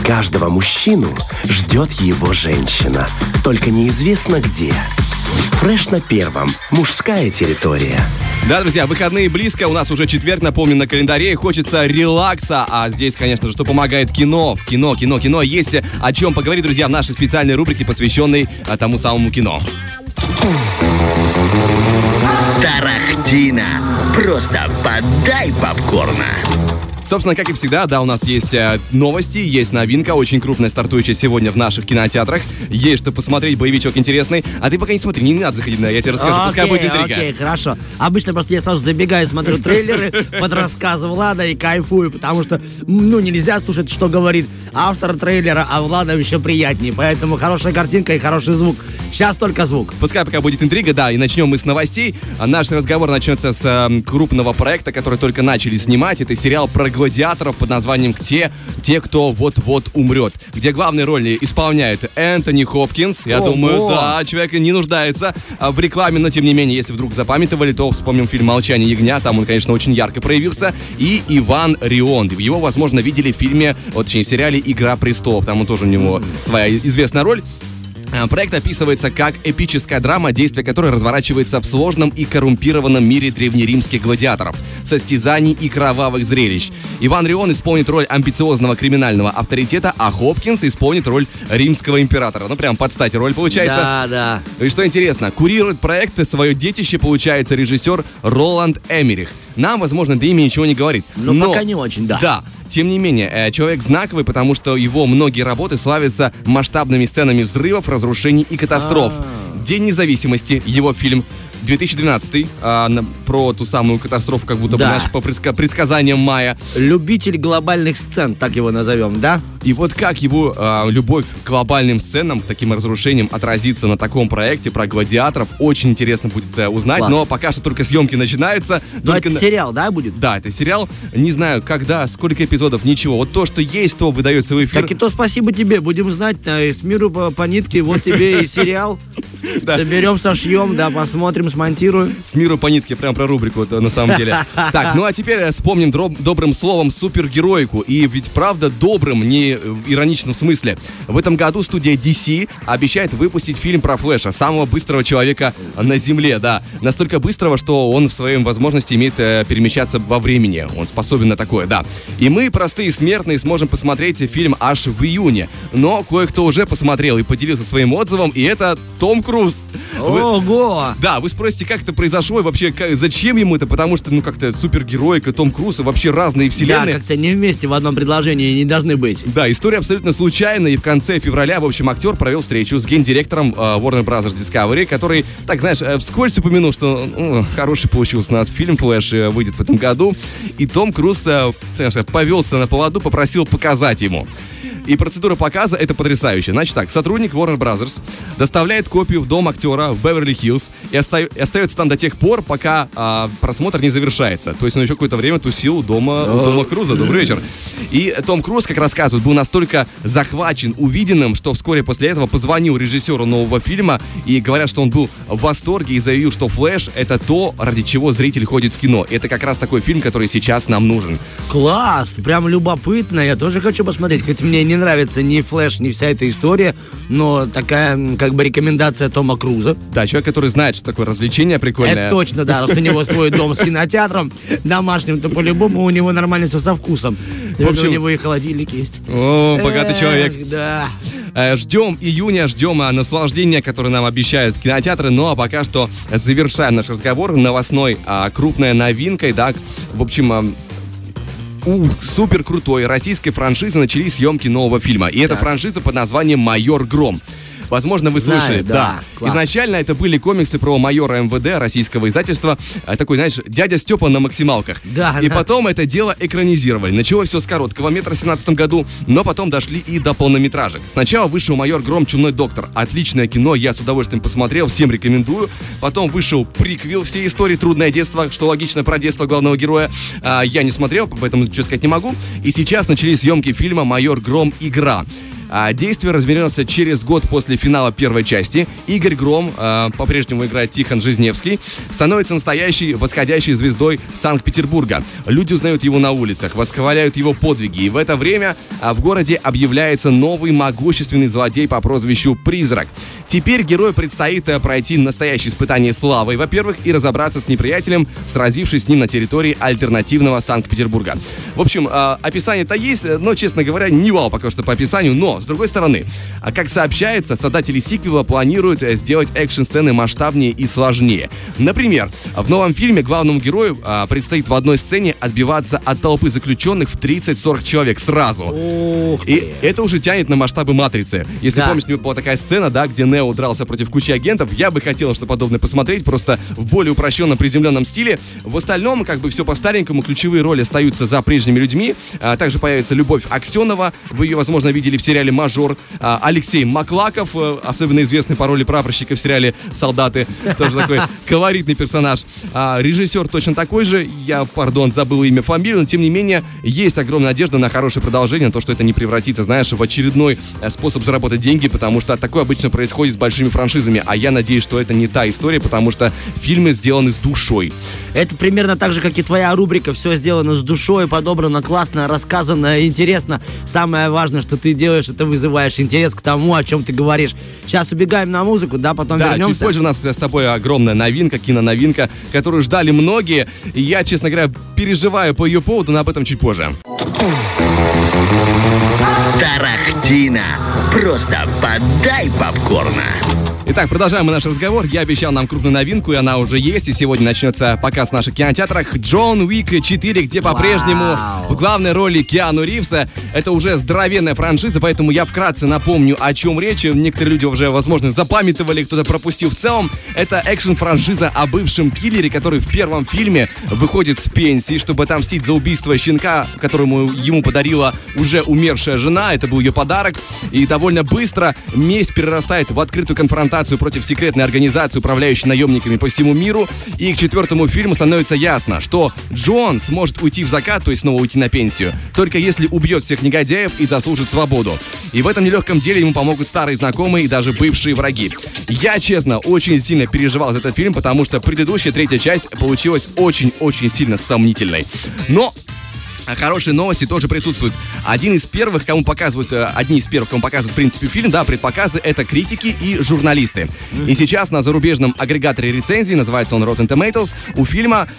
Каждого мужчину ждет его женщина. Только неизвестно где. Фреш на первом. Мужская территория. Да, друзья, выходные близко, у нас уже четверг, напомню, на календаре, хочется релакса, а здесь, конечно же, что помогает кино. В кино. Есть о чем поговорить, друзья, в нашей специальной рубрике, посвященной тому самому кино. Тарахтина. Просто подай попкорна. Собственно, как и всегда, да, у нас есть новости, есть новинка, очень крупная, стартующая сегодня в наших кинотеатрах. Есть что посмотреть, боевичок интересный. А ты пока не смотри, не надо заходить, я тебе расскажу, пускай будет интрига. Окей, хорошо. Обычно просто я сразу забегаю, смотрю трейлеры под рассказ Влада и кайфую, потому что, нельзя слушать, что говорит автор трейлера, а Влада еще приятнее. Поэтому хорошая картинка и хороший звук. Сейчас только звук. Пускай пока будет интрига, да, и начнем мы с новостей. Наш разговор начнется с крупного проекта, который только начали снимать. Это сериал про гладиаторов под названием «Те, кто вот-вот умрет», где главные роли исполняет Энтони Хопкинс. Я думаю, да, человек не нуждается в рекламе, но тем не менее, если вдруг запамятовали, то вспомним фильм «Молчание ягня», там он, конечно, очень ярко проявился. И Иван Рионд. Его, возможно, видели в фильме, точнее, в сериале «Игра престолов», там тоже у него своя известная роль. Проект описывается как эпическая драма, действие которой разворачивается в сложном и коррумпированном мире древнеримских гладиаторов, состязаний и кровавых зрелищ. Иван Рион исполнит роль амбициозного криминального авторитета, а Хопкинс исполнит роль римского императора. Прям под стать роль получается. Да. И что интересно, курирует проект свое детище, получается, режиссер Роланд Эммерих. Нам, возможно, до имени ничего не говорит. Но пока не очень, да. Да. Тем не менее, человек знаковый, потому что его многие работы славятся масштабными сценами взрывов, разрушений и катастроф. «День независимости», его фильм, 2012 про ту самую катастрофу, как будто бы, по предсказаниям Майя. Любитель глобальных сцен, так его назовем, да? И вот как его любовь к глобальным сценам, к таким разрушениям отразится на таком проекте про гладиаторов, очень интересно будет узнать. Класс. Но пока что только съемки начинаются. Но это сериал, да, будет? Да, это сериал. Не знаю, когда, сколько эпизодов, ничего. Вот то, что есть, то выдается в эфир. Так и то спасибо тебе, будем знать, с миру по нитке, вот тебе и сериал. Соберем, сошьем, да, посмотрим, смонтируем. С миру по нитке, прям про рубрику, на самом деле. Так, а теперь вспомним добрым словом супергероику. И ведь правда добрым, не в ироничном смысле. В этом году студия DC обещает выпустить фильм про Флэша, самого быстрого человека на Земле, да. Настолько быстрого, что он в своей возможности имеет перемещаться во времени. Он способен на такое, да. И мы, простые смертные, сможем посмотреть фильм аж в июне. Но кое-кто уже посмотрел и поделился своим отзывом, и это Том Круз. Ого! Да, вы спросите, как это произошло и вообще зачем ему это, потому что, как-то супергероика, Том Круз, и вообще разные вселенные. Да, как-то не вместе в одном предложении не должны быть. Да, история абсолютно случайная, и в конце февраля, в общем, актер провел встречу с гендиректором Warner Bros. Discovery, который, так, знаешь, вскользь упомянул, что хороший получился у нас фильм «Флэш», выйдет в этом году, и Том Круз, повелся на поводу, попросил показать ему. И процедура показа — это потрясающе. Значит так, сотрудник Warner Bros. Доставляет копию в дом актера в Беверли-Хиллз и остается там до тех пор, пока просмотр не завершается. То есть он еще какое-то время тусил у дома Круза. Добрый вечер. И Том Круз, как рассказывают, был настолько захвачен увиденным, что вскоре после этого позвонил режиссеру нового фильма, и говорят, что он был в восторге и заявил, что «Флэш» — это то, ради чего зритель ходит в кино. И это как раз такой фильм, который сейчас нам нужен. Класс! Прям любопытно. Я тоже хочу посмотреть. Хоть мне не нравится ни «Флэш», ни вся эта история, но такая, как бы, рекомендация Тома Круза. Да, человек, который знает, что такое развлечение прикольное. Это точно, да. Раз у него свой дом с кинотеатром домашним, то по-любому у него нормально все со вкусом. В общем, у него и холодильник есть. О, богатый человек. Да. Ждем июня, ждем наслаждения, которое нам обещают кинотеатры. Ну, а пока что завершаем наш разговор новостной крупной новинкой, да. В общем, супер крутой российской франшизы начались съемки нового фильма. И эта франшиза под названием «Майор Гром». Возможно, вы слышали. Да. Изначально это были комиксы про майора МВД российского издательства. Такой, знаешь, дядя Степа на максималках. Да. И потом это дело экранизировали. Началось все с короткого метра в 2017 году, но потом дошли и до полнометражек. Сначала вышел «Майор Гром. Чумной доктор». Отличное кино, я с удовольствием посмотрел, всем рекомендую. Потом вышел приквел всей истории «Трудное детство», что логично про детство главного героя. Я не смотрел, поэтому ничего сказать не могу. И сейчас начались съемки фильма «Майор Гром. Игра». Действие развернется через год после финала первой части. Игорь Гром, по-прежнему играет Тихон Жизневский, становится настоящей восходящей звездой Санкт-Петербурга. Люди узнают его на улицах, восхваляют его подвиги. И в это время в городе объявляется новый могущественный злодей по прозвищу Призрак. Теперь герою предстоит пройти настоящее испытание славой, во-первых, и разобраться с неприятелем, сразившись с ним на территории альтернативного Санкт-Петербурга. В общем, описание-то есть, но, честно говоря, не вау пока что по описанию. Но, с другой стороны, как сообщается, создатели сиквела планируют сделать экшн-сцены масштабнее и сложнее. Например, в новом фильме главному герою предстоит в одной сцене отбиваться от толпы заключенных в 30-40 человек сразу. И это уже тянет на масштабы «Матрицы». Если помнишь, была такая сцена, да, где Нео дрался против кучи агентов, я бы хотел что подобное посмотреть, просто в более упрощенном, приземленном стиле. В остальном, как бы все по-старенькому, ключевые роли остаются за прежними людьми. Также появится Любовь Аксенова, вы ее, возможно, видели в сериале «Мажор». Алексей Маклаков, особенно известный по роли прапорщика в сериале «Солдаты», тоже такой колоритный персонаж. Режиссер точно такой же, я, забыл имя, фамилию, но тем не менее есть огромная надежда на хорошее продолжение, на то, что это не превратится, знаешь, в очередной способ заработать деньги, потому что такое обычно происходит с большими франшизами, а я надеюсь, что это не та история, потому что фильмы сделаны с душой. Это примерно так же, как и твоя рубрика. Все сделано с душой, подобрано, классно, рассказано, интересно. Самое важное, что ты делаешь, это вызываешь интерес к тому, о чем ты говоришь. Сейчас убегаем на музыку, да, потом вернемся. Чуть позже у нас с тобой огромная новинка, киноновинка, которую ждали многие. И я, честно говоря, переживаю по ее поводу, но об этом чуть позже. Тарахтина. Просто подай попкорна. Итак, продолжаем мы наш разговор. Я обещал нам крупную новинку, и она уже есть. И сегодня начнется показ в наших кинотеатрах «Джон Уик 4», где по-прежнему в главной роли Киану Ривза. Это уже здоровенная франшиза, поэтому я вкратце напомню, о чем речь. Некоторые люди уже, возможно, запамятовали, кто-то пропустил. В целом, это экшн-франшиза о бывшем киллере, который в первом фильме выходит с пенсии, чтобы отомстить за убийство щенка, которому ему подарила уже умершая жена. Это был ее подарок. И довольно быстро месть перерастает в открытую конфронтацию против секретной организации, управляющей наемниками по всему миру. И к четвертому фильму становится ясно, что Джон сможет уйти в закат, то есть снова уйти на пенсию, только если убьет всех негодяев и заслужит свободу. И в этом нелегком деле ему помогут старые знакомые и даже бывшие враги. Я, честно, очень сильно переживал за этот фильм, потому что предыдущая третья часть получилась очень-очень сильно сомнительной. Но хорошие новости тоже присутствуют. Одни из первых, кому показывают, в принципе, фильм, да, предпоказы, это критики и журналисты. И сейчас на зарубежном агрегаторе рецензий, называется он Rotten Tomatoes, у фильма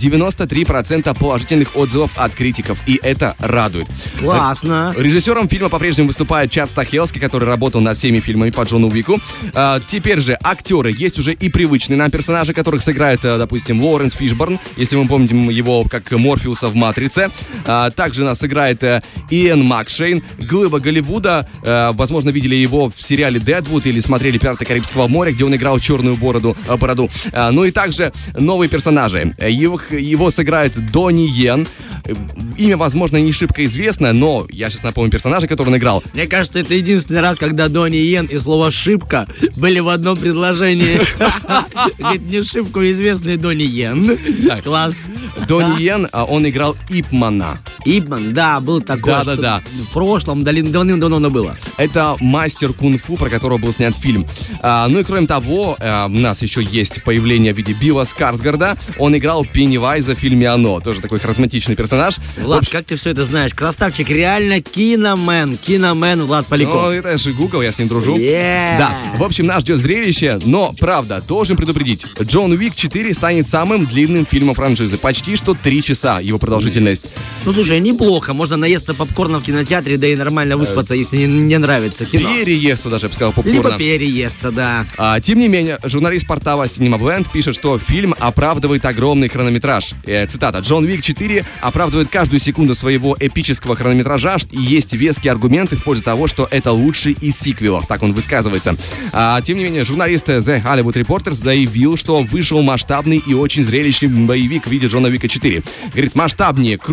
93% положительных отзывов от критиков. И это радует. Классно. Режиссером фильма по-прежнему выступает Чад Стахелский, который работал над всеми фильмами по Джону Уику. Теперь же актеры. Есть уже и привычные нам персонажи, которых сыграет, допустим, Лоуренс Фишборн, если мы помним его как Морфеуса в «Матрице». Также нас играет Иэн Макшейн, глыба Голливуда. Возможно, видели его в сериале «Дэдвуд» или смотрели «Пираты Карибского моря», где он играл черную бороду. Ну и также новые персонажи. Его сыграет Донни Йен. Имя, возможно, не шибко известно, но я сейчас напомню персонажа, который он играл. Мне кажется, это единственный раз, когда Донни Йен и слово «шибко» были в одном предложении. Говорит, не шибко известный Донни Йен. Класс. Донни Йен, он играл Ипмана. Ипман, да, был такой. Да. В прошлом, давным-давно было. Это мастер кунг-фу, про которого был снят фильм. Ну и кроме того, у нас еще есть появление в виде Билла Скарсгарда. Он играл Пеннивайза в фильме «Оно». Тоже такой харизматичный персонаж. Влад, как ты все это знаешь? Красавчик, реально киномен Влад Поляков. Ну, это же Google, я с ним дружу. Yeah. Да, в общем, нас ждет зрелище, но, правда, должен предупредить. Джон Уик 4 станет самым длинным фильмом франшизы. Почти что 3 часа его продолжительность. Ну, слушай, неплохо. Можно наесться попкорном в кинотеатре, да и нормально выспаться, если не нравится кино. Переесться даже, я бы сказал, попкорна. Либо переесться, да. Тем не менее, журналист портала Cinema Blend пишет, что фильм оправдывает огромный хронометраж. Цитата. «Джон Уик 4 оправдывает каждую секунду своего эпического хронометража, и есть веские аргументы в пользу того, что это лучший из сиквелов». Так он высказывается. Тем не менее, журналист The Hollywood Reporter заявил, что вышел масштабный и очень зрелищный боевик в виде Джона Уика 4. Говорит, масштабнее, круче, смелее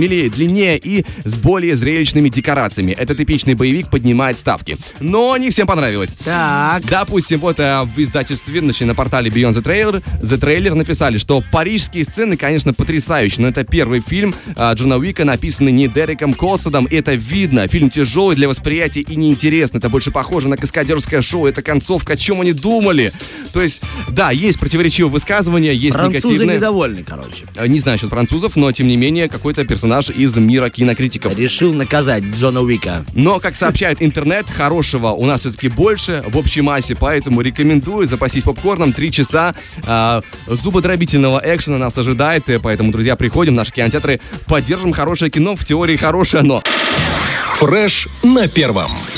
смелее, длиннее и с более зрелищными декорациями. Это типичный боевик, поднимает ставки. Но не всем понравилось. Так. Допустим, вот в издательстве, на портале Beyond the Trailer написали, что парижские сцены, конечно, потрясающие, но это первый фильм Джона Уика, написанный не Дереком Колсадом. Это видно. Фильм тяжелый для восприятия и неинтересный. Это больше похоже на каскадерское шоу. Это концовка, о чем они думали. То есть, да, есть противоречивые высказывания, есть Французы негативные. недовольны, короче. Не знаю насчет французов, но, тем не менее, какой-то персонаж из мира кинокритиков. Решил наказать Джона Уика. Но, как сообщает интернет, хорошего у нас все-таки больше в общей массе, поэтому рекомендую запастись попкорном. 3 часа зубодробительного экшена нас ожидает, поэтому, друзья, приходим в наши кинотеатры, поддержим хорошее кино, в теории хорошее, но... Фреш на первом.